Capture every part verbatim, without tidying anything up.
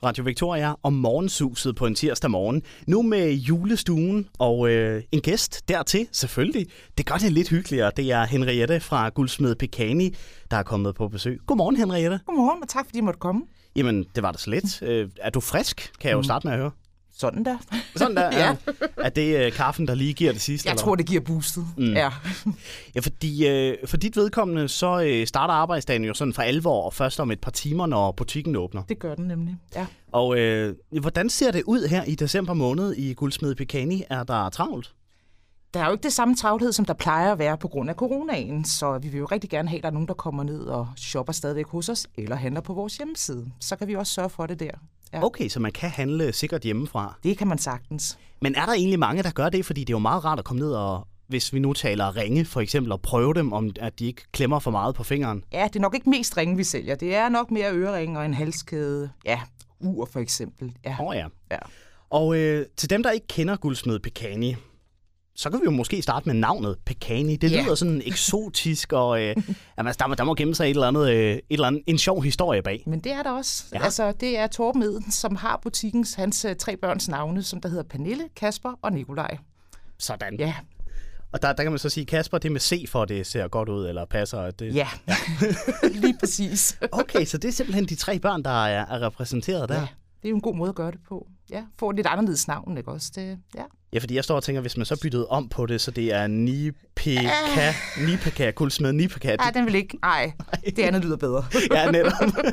Radio Victoria og Morgensuset på en tirsdag morgen. Nu med julestuen og øh, en gæst dertil, selvfølgelig. Det gør det lidt hyggeligere. Det er Henriette fra Guldsmed Pecanni, der er kommet på besøg. Godmorgen, Henriette. Godmorgen, og tak fordi I måtte komme. Jamen, det var da så lidt. Øh, er du frisk, kan jeg jo starte med at høre. Sådan der. Sådan der, ja. Er det øh, kaffen, der lige giver det sidste? Jeg eller? tror, det giver boostet, mm. ja. Ja, fordi øh, for dit vedkommende, så øh, starter arbejdsdagen jo sådan for alvor, og først om et par timer, når butikken åbner. Det gør den nemlig, ja. Og øh, hvordan ser det ud her i december måned i Guldsmed Pecanni? Er der travlt? Der er jo ikke det samme travlhed, som der plejer at være på grund af coronaen, så vi vil jo rigtig gerne have, at der er nogen, der kommer ned og shopper stadigvæk hos os, eller handler på vores hjemmeside. Så kan vi også sørge for det der. Ja. Okay, så man kan handle sikkert hjemmefra. Det kan man sagtens. Men er der egentlig mange, der gør det? Fordi det er jo meget rart at komme ned og, hvis vi nu taler ringe for eksempel, og prøve dem, om at de ikke klemmer for meget på fingeren. Ja, det er nok ikke mest ringe, vi sælger. Det er nok mere øreringe og en halskæde. Ja, ur for eksempel. Ja. Åh oh, ja. ja. Og øh, til dem, der ikke kender Guldsmed Pecanni, så kan vi jo måske starte med navnet Pecanni. Det lyder yeah. sådan eksotisk, og øh, altså, der, må, der må gemme sig et eller andet, øh, et eller andet, en sjov historie bag. Men det er der også. Ja. Altså, det er Torben Eden, som har butikkens, hans øh, tre børns navne, som der hedder Pernille, Kasper og Nikolaj. Sådan. Ja. Og der, der kan man så sige, Kasper, det er med C, for det ser godt ud, eller passer. Det... Ja, ja. Lige præcis. Okay, så det er simpelthen de tre børn, der er, er repræsenteret der. Ja, det er jo en god måde at gøre det på. Ja, få et lidt anderledes navn, ikke også? Det, ja. Ja, fordi jeg står og tænker, hvis man så byttede om på det, så det er Nipeka, uh. Nipeka, Guldsmed Nipeka. Nej, den vil ikke. Nej, det andet lyder bedre. Ja, netop.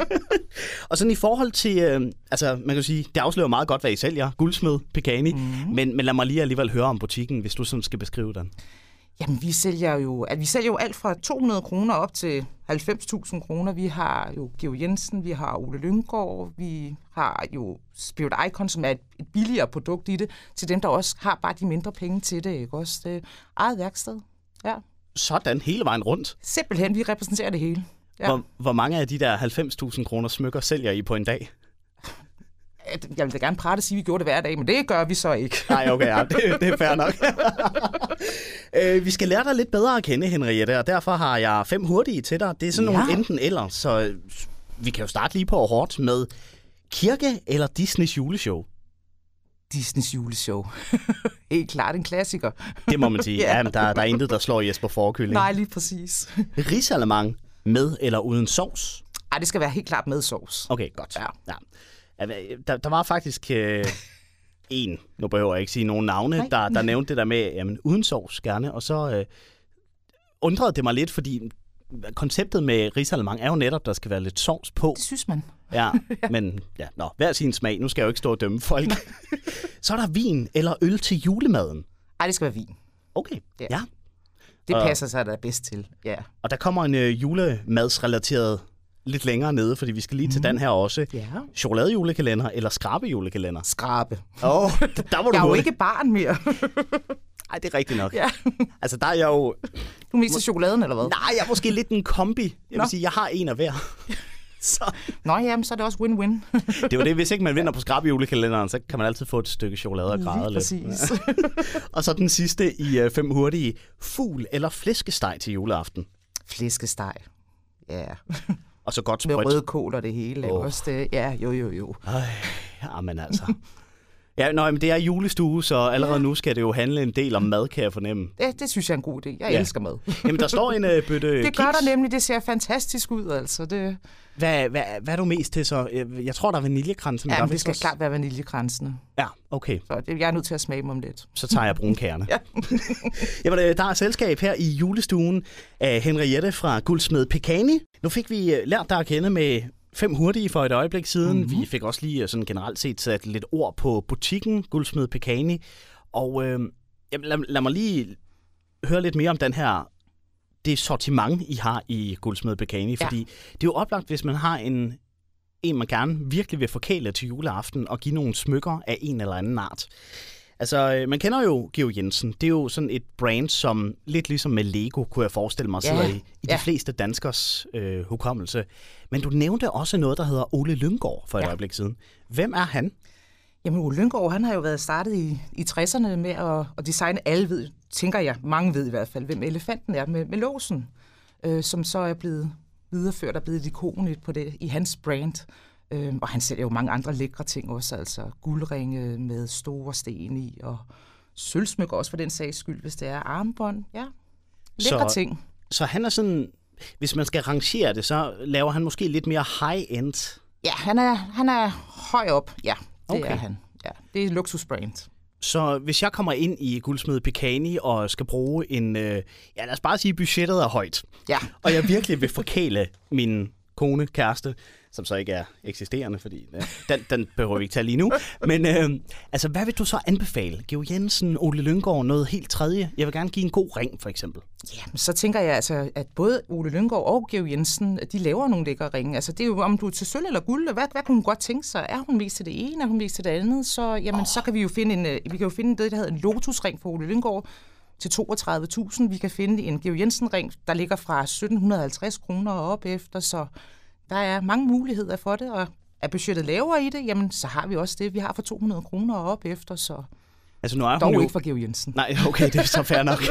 Og sådan i forhold til, øh, altså man kan sige, det afslører meget godt, hvad I sælger, Guldsmed Pecanni, mm-hmm. men, men lad mig lige alligevel høre om butikken, hvis du sådan skal beskrive den. Jamen, vi sælger jo, at vi sælger jo alt fra to hundrede kroner op til halvfems tusind kroner. Vi har jo Georg Jensen, vi har Ole Lynggaard, vi har jo Spirit Icon, som er et, et billigere produkt i det, til dem, der også har bare de mindre penge til det, ikke også? Det er eget værksted, ja. Sådan hele vejen rundt? Simpelthen, vi repræsenterer det hele. Ja. Hvor, hvor mange af de der halvfems tusind kroner smykker sælger I på en dag? Jeg vil da gerne prate og sige, at vi gjorde det hver dag, men det gør vi så ikke. Nej, okay, ja, det, det er fair nok. øh, vi skal lære dig lidt bedre at kende, Henriette, og derfor har jeg fem hurtige til dig. Det er sådan ja. nogle enten eller, så vi kan jo starte lige på hårdt med kirke eller Disneys juleshow? Disneys juleshow. Helt klart en klassiker. Det må man sige. ja. Ja, men der, der er intet, der slår Jesper Fårekylling. Nej, lige præcis. Risalemang med eller uden sovs? Ej, det skal være helt klart med sovs. Okay, godt. Ja. Ja. Der, der var faktisk øh, en, nu behøver jeg ikke sige nogen navne, der, der nævnte det der med, jamen uden sovs gerne, og så øh, undrede det mig lidt, fordi konceptet med risalemang er jo netop, der skal være lidt sovs på. Det synes man. Ja, men ja, nå, hver sin smag, nu skal jeg jo ikke stå og dømme folk. Så er der vin eller øl til julemaden? Ej, det skal være vin. Okay, ja. ja. Det passer sig da bedst til, ja. Og der kommer en øh, julemadsrelateret lidt længere nede, fordi vi skal lige til mm. den her også. Ja. Chokoladejulekalender eller skrabejulekalender? Skrabe. Åh, oh, der var du Jeg er jo hurtigt. ikke barn mere. Nej, det er rigtigt nok. Ja. Altså, der er jeg jo... Du mister chokoladen, eller hvad? Nej, jeg er måske lidt en kombi. Jeg Nå. vil sige, jeg har en af hver. Så. Nå, jamen, så er det også win-win. Det var det, hvis ikke man vinder på skrabejulekalenderen, så kan man altid få et stykke chokolade og græde lidt. Præcis. Og så den sidste i uh, fem hurtige. Fugl eller flæskesteg til juleaften? Flæskesteg, ja. Og så godt sprødt. Med rødkål og det hele. Oh. Også det. Ja, jo, jo, jo. Ej, jamen altså. Ja, nøj, men det er julestue, så allerede ja. nu skal det jo handle en del om mad, kan jeg fornemme. Det, det synes jeg er en god idé. Jeg ja. elsker mad. Jamen, der står en uh, bøtte Det kiks. gør der nemlig. Det ser fantastisk ud, altså. Det... Hvad, hvad, hvad er du mest til så? Jeg tror, der er vaniljekranse. Ja, det skal også... klart være vaniljekransene. Ja, okay. Så det, jeg er nødt til at smage dem om lidt. Så tager jeg brunkærne. ja. Jamen, der er selskab her i julestuen af Henriette fra Guldsmed Pecanni. Nu fik vi lært dig at kende med fem hurtige for et øjeblik siden. Mm-hmm. Vi fik også lige sådan generelt set sat lidt ord på butikken, Guldsmed Pecanni. Og øh, jamen, lad, lad mig lige høre lidt mere om den her, det sortiment, I har i Guldsmed Pecanni. Ja. Fordi det er jo oplagt, hvis man har en, en, man gerne virkelig vil forkæle til juleaften og give nogle smykker af en eller anden art. Altså, man kender jo Georg Jensen. Det er jo sådan et brand, som lidt ligesom med Lego, kunne jeg forestille mig, sidder ja. i, i ja. de fleste danskers øh, hukommelse. Men du nævnte også noget, der hedder Ole Lynggaard for et ja. øjeblik siden. Hvem er han? Jamen, Ole Lynggaard, han har jo været startet i, i tresserne med at, at designe. Alle ved, tænker jeg, mange ved i hvert fald, hvem elefanten er med, med låsen, øh, som så er blevet videreført og blevet et ikon på det, i hans brand. Øhm, og han sælger jo mange andre lækre ting også, altså guldringe med store sten i, og sølvsmykker også for den sags skyld, hvis det er armbånd. Ja, lækre så, ting. Så han er sådan, hvis man skal rangere det, så laver han måske lidt mere high-end. Ja, han er, han er høj op. Ja, det okay. er han. Ja, det er luksusbrand. Så hvis jeg kommer ind i Guldsmed Pecanni og skal bruge en, øh, ja lad os bare sige, budgettet er højt, ja. og jeg virkelig vil forkæle min kone, kæreste, som så ikke er eksisterende, fordi ja, den, den behøver vi ikke tage lige nu. Men øh, altså, hvad vil du så anbefale? Georg Jensen, Ole Lynggaard, noget helt tredje? Jeg vil gerne give en god ring, for eksempel. Ja, så tænker jeg altså, at både Ole Lynggaard og Georg Jensen, de laver nogle lækre ringe. Altså, det er jo, om du er til sølv eller guld, hvad, hvad kunne hun godt tænke sig? Er hun mest til det ene, er hun mest til det andet? Så, jamen, oh. så kan vi jo finde en, vi kan jo finde det, der hedder en lotusring for Ole Lynggaard til toogtredive tusind. Vi kan finde en Georg Jensen-ring, der ligger fra sytten halvtreds kroner og op efter, så der er mange muligheder for det, og er budgettet lavere i det, jamen så har vi også det. Vi har for to hundrede kroner og op efter, så altså, nu er dog hun jo ikke for Georg Jensen. Nej, okay, det er så fair nok.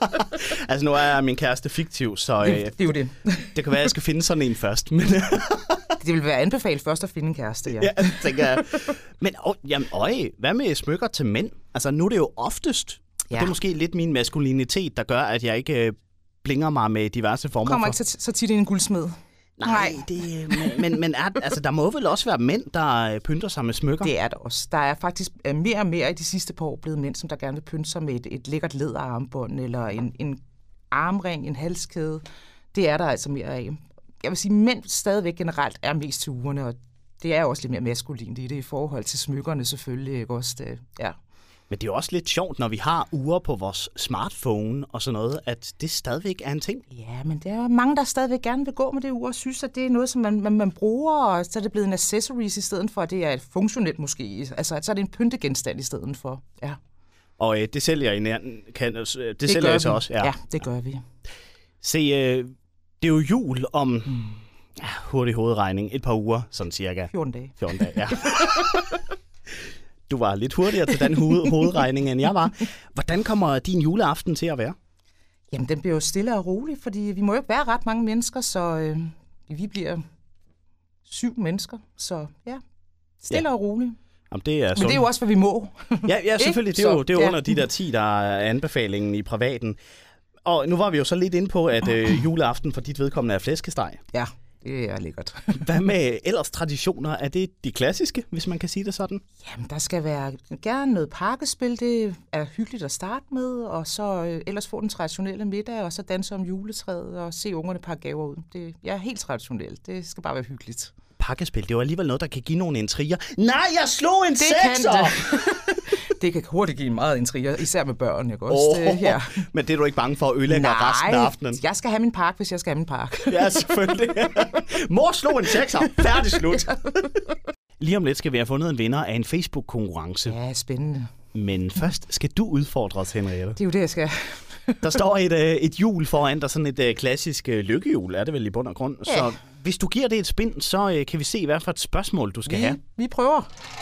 Altså nu er min kæreste fiktiv, så det, det er jo det. Det kan være, at jeg skal finde sådan en først. Men det vil være anbefalet først at finde en kæreste, ja. Ja, tænker jeg. Men åh, jamen, øj, hvad med smykker til mænd? Altså nu er det jo oftest, ja. Det er måske lidt min maskulinitet, der gør, at jeg ikke øh, blinger mig med diverse former for... Kommer ikke så, så tit i en guldsmed. Nej, Nej. Det, men, men, men er, altså, der må vel også være mænd, der pynter sig med smykker? Det er der også. Der er faktisk mere og mere i de sidste par år blevet mænd, som der gerne vil pynte sig med et, et lækkert læderarmbånd, eller en, en armring, en halskæde. Det er der altså mere af. Jeg vil sige, at mænd stadigvæk generelt er mest til ugerne, og det er også lidt mere maskulint i det i forhold til smykkerne selvfølgelig. Ikke også det, ja. Men det er jo også lidt sjovt, når vi har ure på vores smartphone og sådan noget, at det stadigvæk er en ting. Ja, men der er mange, der stadigvæk gerne vil gå med det ur, og synes, at det er noget, som man, man, man bruger, og så er det blevet en accessories i stedet for, at det er et funktionelt måske. Altså, så er det en pyntegenstand i stedet for, ja. Og øh, det sælger I nær, kan, det, det sælger I så også? Ja, ja det gør vi. Se, øh, det er jo jul om hmm. ja, hurtig hovedregning, et par uger, sådan cirka. fjorten dage. fjorten dage, ja. Du var lidt hurtigere til den hoved- hovedregning, end jeg var. Hvordan kommer din juleaften til at være? Jamen, den bliver jo stille og rolig, fordi vi må jo ikke være ret mange mennesker, så øh, vi bliver syv mennesker. Så ja, stille ja. og roligt. Jamen, det er Men det er jo også, hvad vi må. Ja, ja selvfølgelig. Det er jo, det er jo under de der ti, der er anbefalingen i privaten. Og nu var vi jo så lidt inde på, at øh, juleaften for dit vedkommende er flæskesteg. Ja. Det er lækkert. Hvad med ellers traditioner? Er det de klassiske, hvis man kan sige det sådan? Jamen, der skal være gerne noget pakkespil. Det er hyggeligt at starte med, og så øh, ellers få den traditionelle middag, og så danse om juletræet og se ungerne pakke gaver ud. Det er helt traditionelt. Det skal bare være hyggeligt. Pakkespil, det er jo alligevel noget, der kan give nogle intriger. Nej, jeg slog en sekser! Det kan hurtigt give meget intriger, især med børn, ikke også? Oh, det her. Men det er du ikke bange for at ødelægge resten af aftenen? Nej, jeg skal have min park, hvis jeg skal have min park. Ja, selvfølgelig. Mor slog en sekser. Færdig slut. Lige om lidt skal vi have fundet en vinder af en Facebook-konkurrence. Ja, spændende. Men først skal du udfordre os, Henriette. Det er jo det, jeg skal. Der står et, et hjul foran dig, sådan et klassisk lykkehjul, er det vel i bund og grund. Ja. Så hvis du giver det et spin, så kan vi se, hvad for et spørgsmål du skal vi, have. Vi prøver.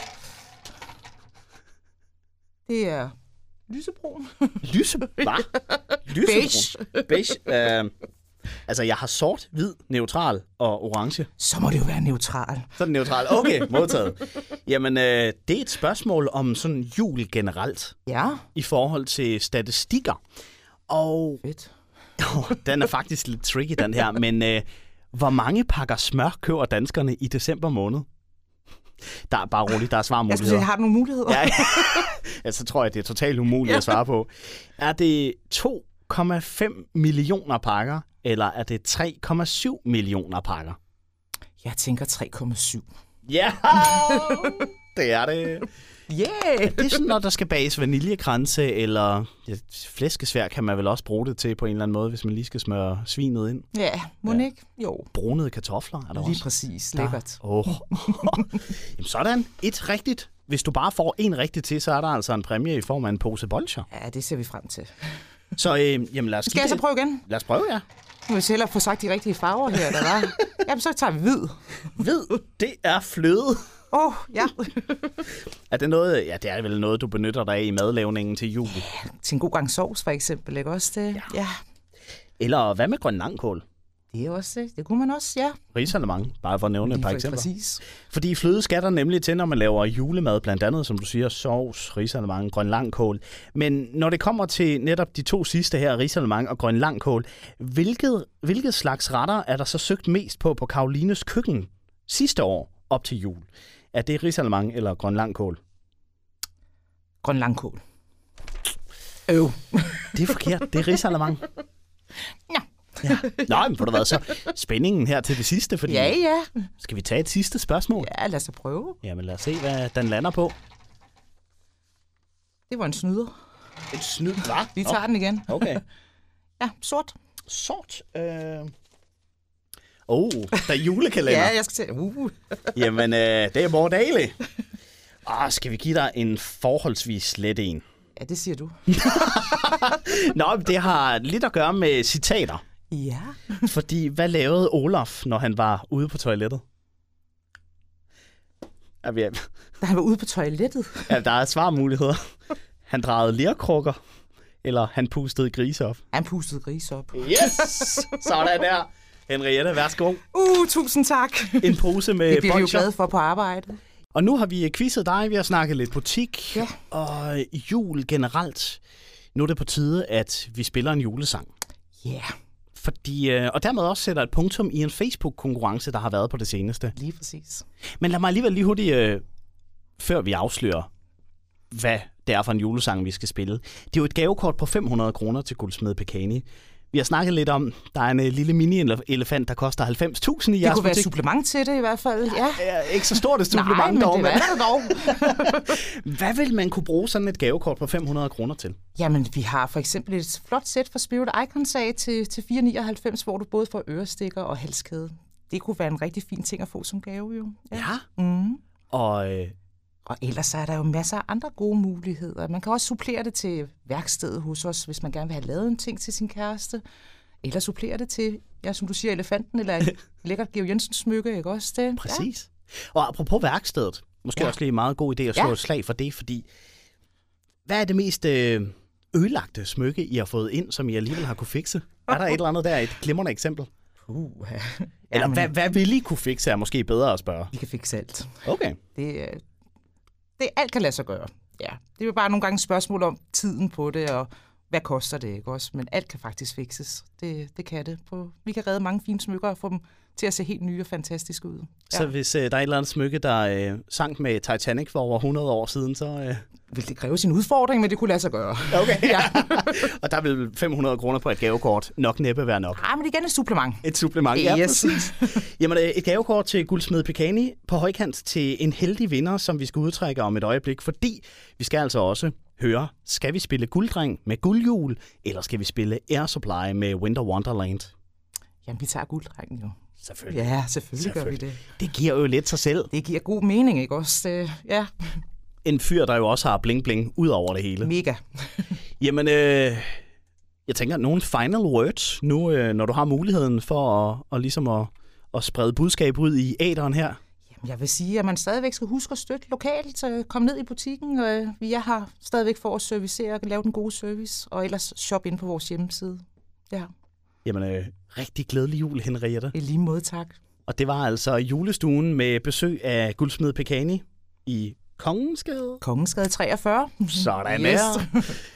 Det er lysebrun. Lyse? Hvad? Lysebrun? Beige. Beige. Uh, altså, jeg har sort, hvid, neutral og orange. Så må det jo være neutral. Så er det neutral. Okay, modtaget. Jamen, uh, det er et spørgsmål om sådan jul generelt. Ja. I forhold til statistikker. Og fedt. Oh, den er faktisk lidt tricky, den her. Men uh, hvor mange pakker smør køber danskerne i december måned? Der er bare roligt, der er svarmuligheder. Jeg har du nogle muligheder? Ja, ja, så tror jeg, det er totalt umuligt ja. at svare på. Er det to komma fem millioner pakker, eller er det tre komma syv millioner pakker? Jeg tænker tre komma syv. Ja, det er det. Yeah! Det er sådan, når der skal bages vaniljekranse, eller ja, flæskesvær kan man vel også bruge det til på en eller anden måde, hvis man lige skal smøre svinet ind. Ja, må ja. ikke? Jo. Brunede kartofler er der lige også. Præcis. Lækkert. Oh. Jamen sådan. Et rigtigt. Hvis du bare får en rigtig til, så er der altså en præmie i form af en pose bolcher. Ja, det ser vi frem til. Så øh, jamen lad os... Skal jeg så prøve igen? Lad os prøve, ja. Nu vil jeg hellere få sagt de rigtige farver her, der var. Jamen, så tager vi hvid. Hvid, det er fløde. Åh, oh, ja. Er det noget, ja, det er vel noget, du benytter dig af i madlavningen til jul? Ja, til en god gang sovs, for eksempel, ikke også det? Ja. ja. Eller hvad med grøn langkål? Det er også det. Det kunne man også, ja. Risalemang, bare for at nævne et par eksempler. Præcis. Fordi fløde skal der nemlig til, når man laver julemad, blandt andet, som du siger, sovs, risalemang, grøn langkål. Men når det kommer til netop de to sidste her, risalemang og grøn langkål, hvilket, hvilket slags retter er der så søgt mest på på Karolines køkken sidste år op til jul? Er det risalemang eller grøn langkål? Grøn langkål. Øv. Det er forkert. Det er risalemang. Ja. Ja. Nå, men får der været så spændingen her til det sidste? Fordi Ja, ja. Skal vi tage et sidste spørgsmål? Ja, lad os da prøve. Jamen lad os se, hvad den lander på. Det var en snyder. Et snyd, hva? Vi tager oh. den igen. Okay. Ja, sort. Sort. Øh... Oh, der er julekalender. Ja, jeg skal til. Uh. Jamen, øh, det er Mor Daly. Ah, skal vi give dig en forholdsvis let en? Ja, det siger du. Nå, det har lidt at gøre med citater. Ja. Fordi, hvad lavede Olaf, når han var ude på toilettet? Ja, vi er... Da han var ude på toilettet? Ja, der er svarmuligheder. Han drejede lerkrukker, eller han pustede grise op. Han pustede grise op. Yes! Sådan der. Henriette, værsgo. Uh, tusind tak. En pose med det bliver vi jo bolcher. glade for på arbejde. Og nu har vi quizzet dig, vi har snakket lidt butik ja. og jul generelt. Nu er det på tide, at vi spiller en julesang. Ja. Yeah. Fordi, og dermed også sætter et punktum i en Facebook-konkurrence, der har været på det seneste. Lige præcis. Men lad mig alligevel lige hurtigt, øh, før vi afslører, hvad det er for en julesang, vi skal spille. Det er jo et gavekort på fem hundrede kroner til Guldsmed Pecanni. Vi har snakket lidt om, der er en lille mini-elefant, der koster halvfems tusind i jeres butik. Det kunne være supplement til det i hvert fald, ja. ja ikke så stort et supplement. Nej, men dog, det men... er det dog. Hvad vil man kunne bruge sådan et gavekort på fem hundrede kroner til? Jamen, vi har for eksempel et flot sæt fra Spirit Icons af til, til fire nioghalvfems, hvor du både får ørestikker og halskæde. Det kunne være en rigtig fin ting at få som gave, jo. Ja. ja. Mm. Og... Øh... Og ellers er der jo masser af andre gode muligheder. Man kan også supplere det til værkstedet hos os, hvis man gerne vil have lavet en ting til sin kæreste. Eller supplere det til, ja, som du siger, elefanten, eller et lækkert Georg Jensen-smykke, ikke også? Det, præcis. Ja. Og apropos værkstedet, måske ja. også lige en meget god idé at slå ja. et slag for det, fordi hvad er det mest ødelagte smykke, I har fået ind, som I alligevel har kunne fikse? Er der et eller andet der, et glimrende eksempel? Uh, ja. Eller hvad, hvad vil I kunne fikse, er måske bedre at spørge? Vi kan fikse alt. Okay. Det, det alt kan lade sig gøre. Ja, det er jo bare nogle gange et spørgsmål om tiden på det, og hvad koster det, ikke også? Men alt kan faktisk fikses. Det, det kan det. På, vi kan redde mange fine smykker og få dem til at se helt nye og fantastiske ud. Ja. Så hvis øh, der er et eller andet smykke, der øh, sank med Titanic for over hundrede år siden, så... Øh... Vil det kræve sin udfordring, men det kunne lade sig gøre. Okay, ja. Og der vil fem hundrede kroner på et gavekort nok næppe være nok. Nej, men igen et supplement. Et supplement, yes. ja, præcis. Jamen, et gavekort til Guldsmed Pecanni på højkant til en heldig vinder, som vi skal udtrække om et øjeblik, fordi vi skal altså også høre, skal vi spille Gulddreng med Guldjul, eller skal vi spille Air Supply med Winter Wonderland? Jamen, vi tager Gulddrengen jo. Selvfølgelig. Ja, selvfølgelig, selvfølgelig gør vi det. Det giver jo lidt sig selv. Det giver god mening, ikke også? Det, ja. En fyr, der jo også har bling-bling ud over det hele. Mega. Jamen, øh, jeg tænker, nogle final words nu, øh, når du har muligheden for at, og ligesom at, at sprede budskab ud i æteren her. Jamen, jeg vil sige, at man stadigvæk skal huske at støtte lokalt. Kom ned i butikken. Og vi er her stadigvæk for at servicere og lave den gode service. Og ellers shop ind på vores hjemmeside. Ja. Jamen, øh, rigtig glædelig jul, Henriette. I lige måde, tak. Og det var altså julestuen med besøg af Guldsmed Pecanni i Kongensgade. Kongensgade treogfyrre. Sådan yes. der.